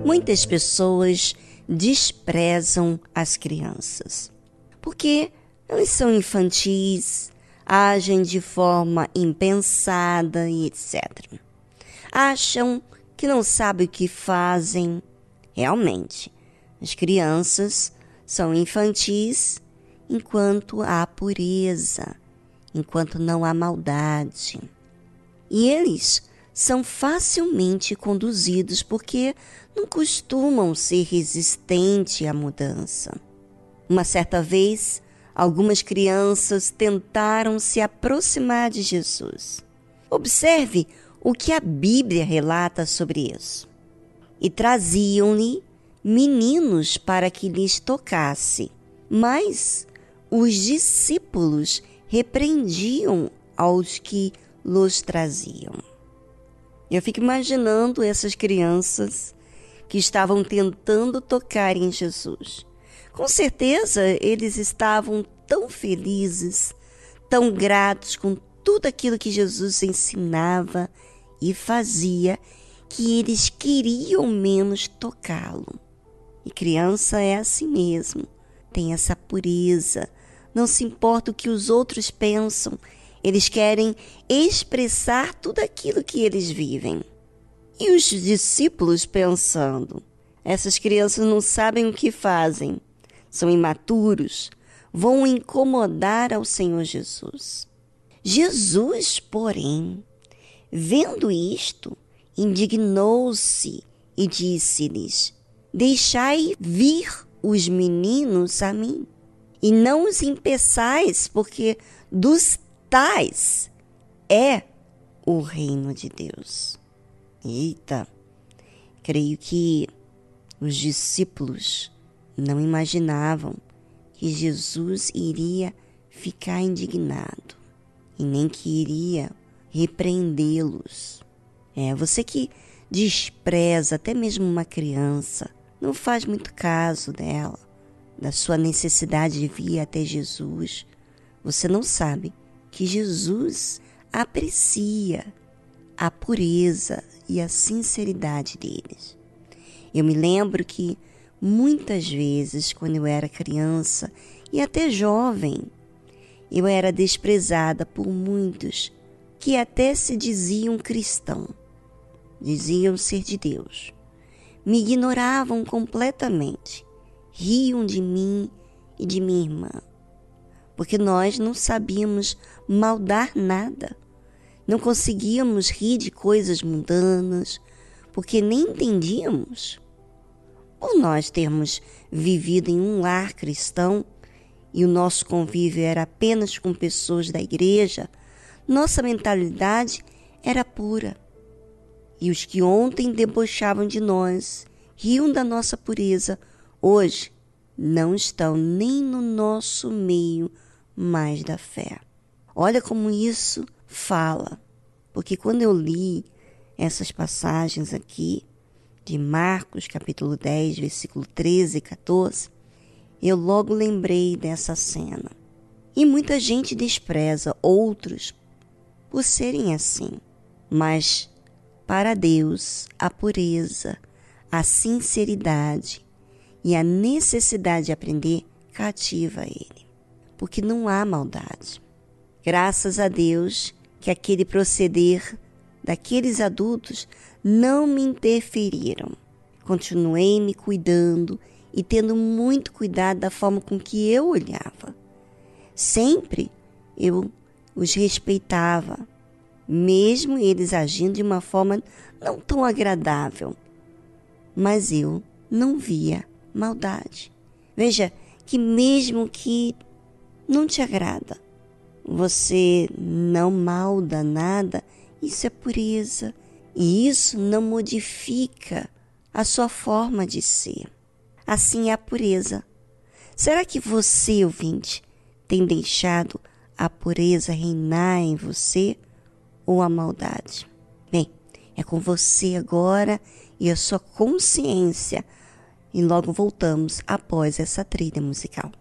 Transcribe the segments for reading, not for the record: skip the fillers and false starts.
Muitas pessoas desprezam as crianças, porque elas são infantis, agem de forma impensada e etc. Acham que não sabem o que fazem. Realmente, as crianças são infantis enquanto há pureza, enquanto não há maldade. E eles são facilmente conduzidos porque não costumam ser resistentes à mudança. Uma certa vez, algumas crianças tentaram se aproximar de Jesus. Observe o que a Bíblia relata sobre isso. E traziam-lhe meninos para que lhes tocasse, mas os discípulos repreendiam aos que los traziam. Eu fico imaginando essas crianças que estavam tentando tocar em Jesus. Com certeza, eles estavam tão felizes, tão gratos com tudo aquilo que Jesus ensinava e fazia, que eles queriam menos tocá-lo. E criança é assim mesmo, tem essa pureza, não se importa o que os outros pensam, eles querem expressar tudo aquilo que eles vivem. E os discípulos pensando, essas crianças não sabem o que fazem, são imaturos, vão incomodar ao Senhor Jesus. Jesus, porém, vendo isto, indignou-se e disse-lhes: deixai vir os meninos a mim, e não os impeçais, porque dos tais é o reino de Deus. Eita, creio que os discípulos não imaginavam que Jesus iria ficar indignado e nem que iria repreendê-los. Você que despreza até mesmo uma criança, não faz muito caso dela, da sua necessidade de vir até Jesus, você não sabe que Jesus aprecia a pureza e a sinceridade deles. Eu me lembro que muitas vezes, quando eu era criança e até jovem, eu era desprezada por muitos que até se diziam cristãos, diziam ser de Deus. Me ignoravam completamente, riam de mim e de minha irmã, porque nós não sabíamos maldar nada, não conseguíamos rir de coisas mundanas, porque nem entendíamos. Por nós termos vivido em um lar cristão e o nosso convívio era apenas com pessoas da igreja, nossa mentalidade era pura. E os que ontem debochavam de nós, riam da nossa pureza, hoje não estão nem no nosso meio mais da fé. Olha como isso fala, porque quando eu li essas passagens aqui, de Marcos, capítulo 10, versículo 13 e 14, eu logo lembrei dessa cena. E muita gente despreza outros por serem assim, mas para Deus a pureza, a sinceridade e a necessidade de aprender cativa Ele, porque não há maldade. Graças a Deus que aquele proceder daqueles adultos não me interferiram. Continuei me cuidando e tendo muito cuidado da forma com que eu olhava. Sempre eu os respeitava, mesmo eles agindo de uma forma não tão agradável. Mas eu não via maldade. Veja que mesmo que não te agrada, você não malda nada, isso é pureza. E isso não modifica a sua forma de ser. Assim é a pureza. Será que você, ouvinte, tem deixado a pureza reinar em você ou a maldade? Bem, é com você agora e a sua consciência. E logo voltamos após essa trilha musical.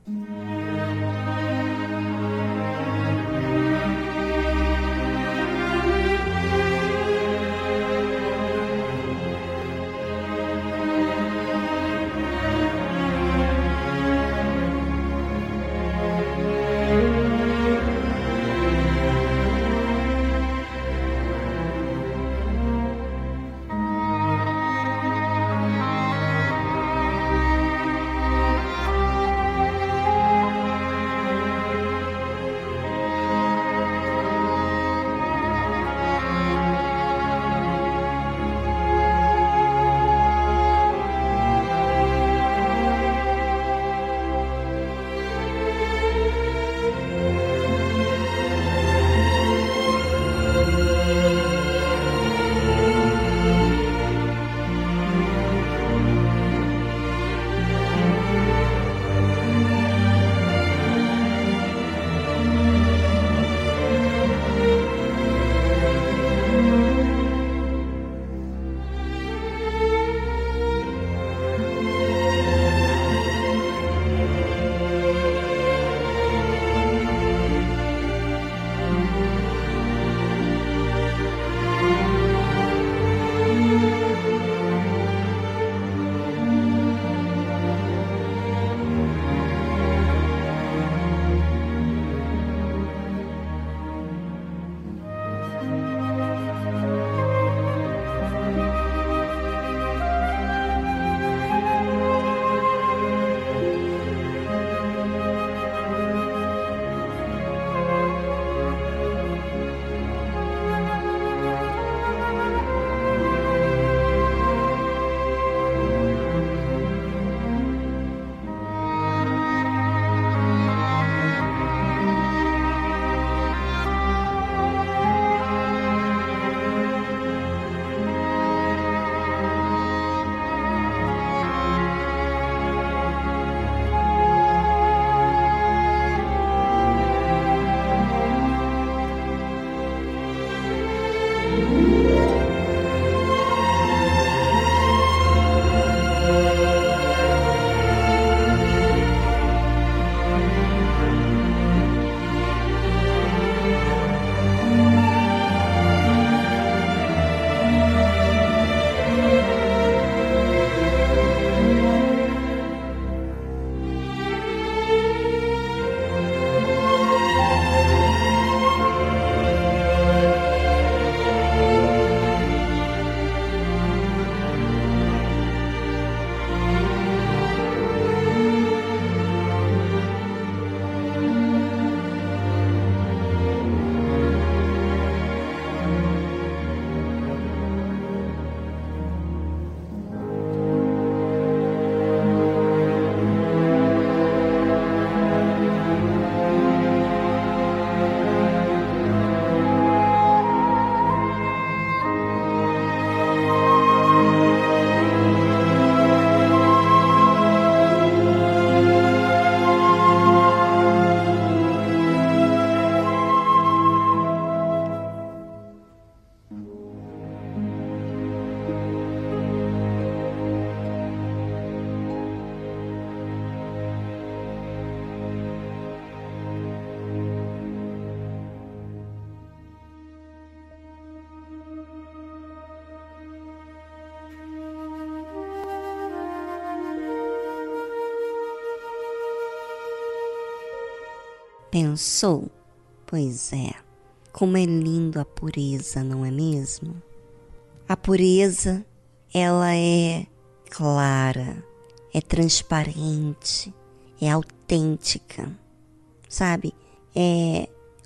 Pensou? Pois é, como é lindo a pureza, não é mesmo? A pureza, ela é clara, é transparente, é autêntica, sabe? É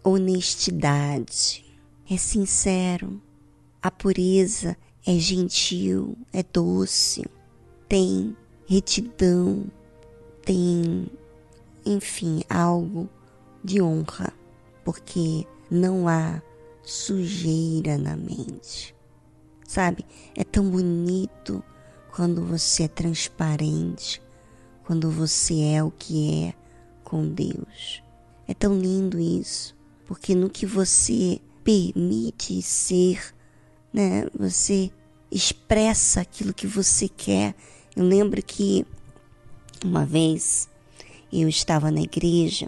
honestidade, é sincero. A pureza é gentil, é doce, tem retidão, tem, enfim, algo de honra, porque não há sujeira na mente, sabe? É tão bonito quando você é transparente, quando você é o que é com Deus. É tão lindo isso, porque no que você permite ser, né, você expressa aquilo que você quer. Eu lembro que uma vez eu estava na igreja,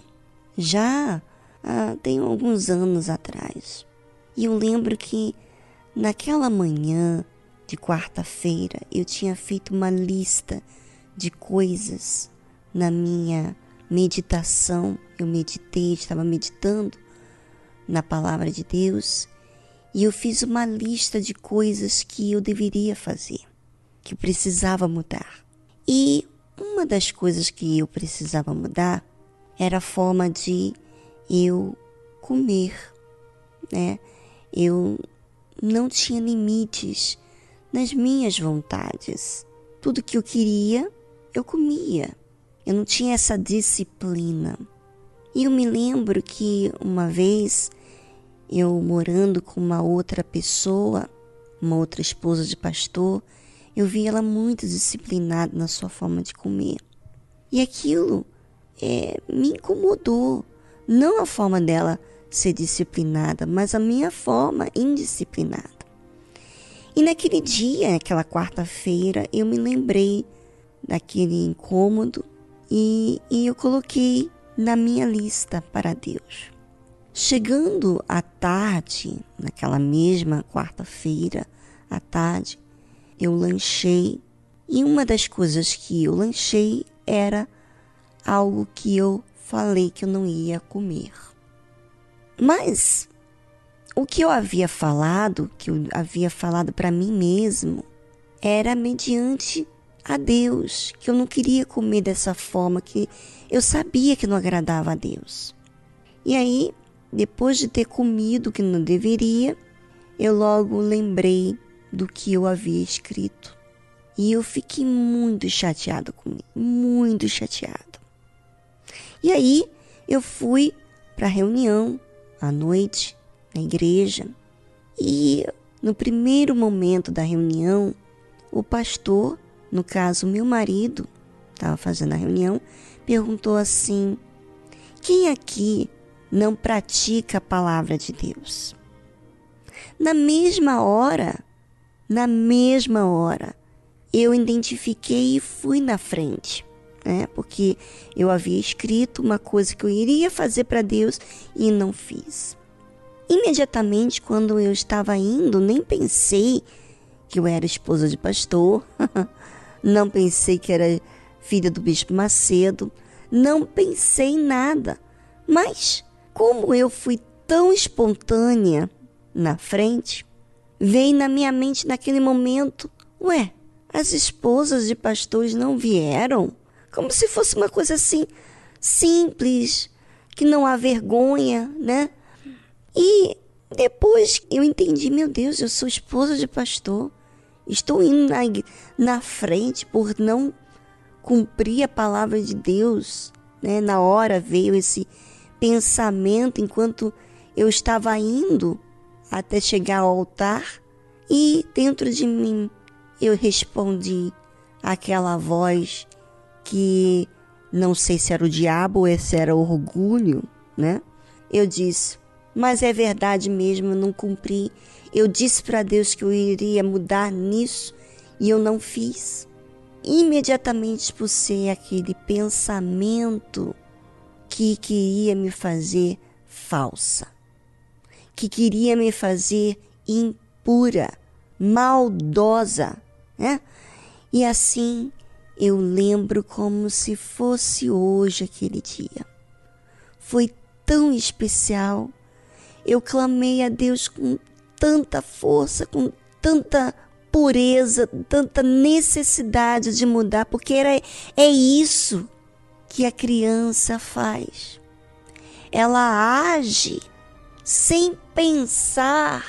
já tem alguns anos atrás, e eu lembro que naquela manhã de quarta-feira eu tinha feito uma lista de coisas na minha meditação. Eu meditei, estava meditando na palavra de Deus, e eu fiz uma lista de coisas que eu deveria fazer, que eu precisava mudar. E uma das coisas que eu precisava mudar era a forma de eu comer, né? Eu não tinha limites nas minhas vontades. Tudo que eu queria, eu comia. Eu não tinha essa disciplina. E eu me lembro que uma vez, eu morando com uma outra pessoa, uma outra esposa de pastor, eu vi ela muito disciplinada na sua forma de comer. E aquilo me incomodou. Não a forma dela ser disciplinada, mas a minha forma indisciplinada. E naquele dia, naquela quarta-feira, eu me lembrei daquele incômodo e eu coloquei na minha lista para Deus. Chegando à tarde, naquela mesma quarta-feira, à tarde, eu lanchei, e uma das coisas que eu lanchei era algo que eu falei que eu não ia comer. Mas o que eu havia falado para mim mesmo, era mediante a Deus, que eu não queria comer dessa forma, que eu sabia que não agradava a Deus. E aí, depois de ter comido o que não deveria, eu logo lembrei do que eu havia escrito. E eu fiquei muito chateada comigo, muito chateada. E aí, eu fui para a reunião à noite, na igreja. E no primeiro momento da reunião, o pastor, no caso meu marido, estava fazendo a reunião, perguntou assim: quem aqui não pratica a palavra de Deus? Na mesma hora, eu identifiquei e fui na frente, né? Porque eu havia escrito uma coisa que eu iria fazer para Deus e não fiz. Imediatamente, quando eu estava indo, nem pensei que eu era esposa de pastor, não pensei que era filha do Bispo Macedo, não pensei em nada. Mas, como eu fui tão espontânea na frente, veio na minha mente naquele momento: ué, as esposas de pastores não vieram? Como se fosse uma coisa assim, simples, que não há vergonha, né? E depois eu entendi: meu Deus, eu sou esposa de pastor, estou indo na frente por não cumprir a palavra de Deus, né? Na hora veio esse pensamento enquanto eu estava indo até chegar ao altar, e dentro de mim eu respondi àquela voz que não sei se era o diabo ou se era orgulho, né? Eu disse: mas é verdade mesmo, eu não cumpri. Eu disse para Deus que eu iria mudar nisso e eu não fiz. Imediatamente expulsei aquele pensamento que queria me fazer falsa, que queria me fazer impura, maldosa, né? E assim eu lembro como se fosse hoje aquele dia. Foi tão especial. Eu clamei a Deus com tanta força, com tanta pureza, tanta necessidade de mudar, porque é isso que a criança faz. Ela age sem pensar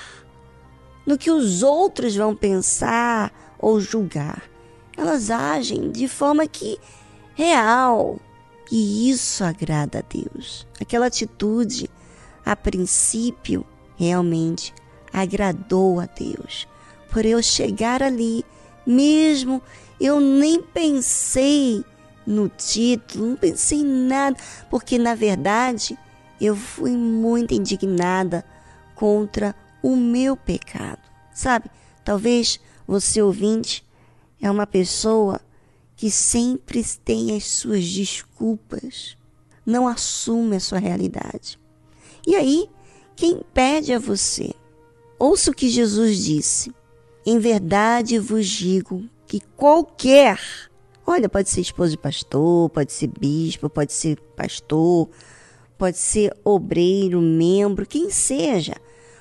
no que os outros vão pensar ou julgar. Elas agem de forma que real. E isso agrada a Deus. Aquela atitude, a princípio, realmente agradou a Deus. Por eu chegar ali, mesmo eu nem pensei no título, não pensei em nada, porque na verdade eu fui muito indignada contra o meu pecado. Sabe, talvez você ouvinte é uma pessoa que sempre tem as suas desculpas, não assume a sua realidade. E aí, quem pede a você? Ouça o que Jesus disse. Em verdade vos digo que qualquer, olha, pode ser esposo de pastor, pode ser bispo, pode ser pastor, pode ser obreiro, membro, quem seja,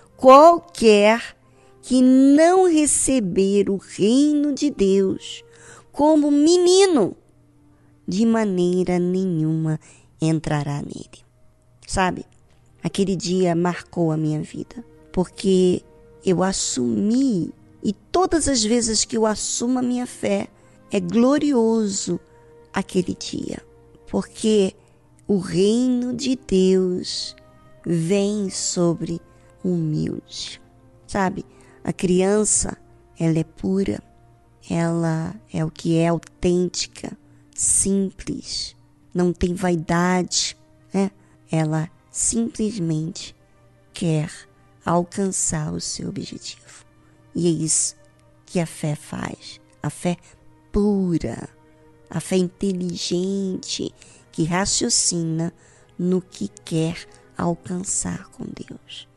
qualquer que não receber o reino de Deus como menino, de maneira nenhuma entrará nele. Sabe, aquele dia marcou a minha vida, porque eu assumi, e todas as vezes que eu assumo a minha fé, é glorioso aquele dia, porque o reino de Deus vem sobre o humilde. Sabe, a criança, ela é pura, ela é o que é autêntica, simples, não tem vaidade, né? Ela simplesmente quer alcançar o seu objetivo. E é isso que a fé faz. A fé pura, a fé inteligente, que raciocina no que quer alcançar com Deus.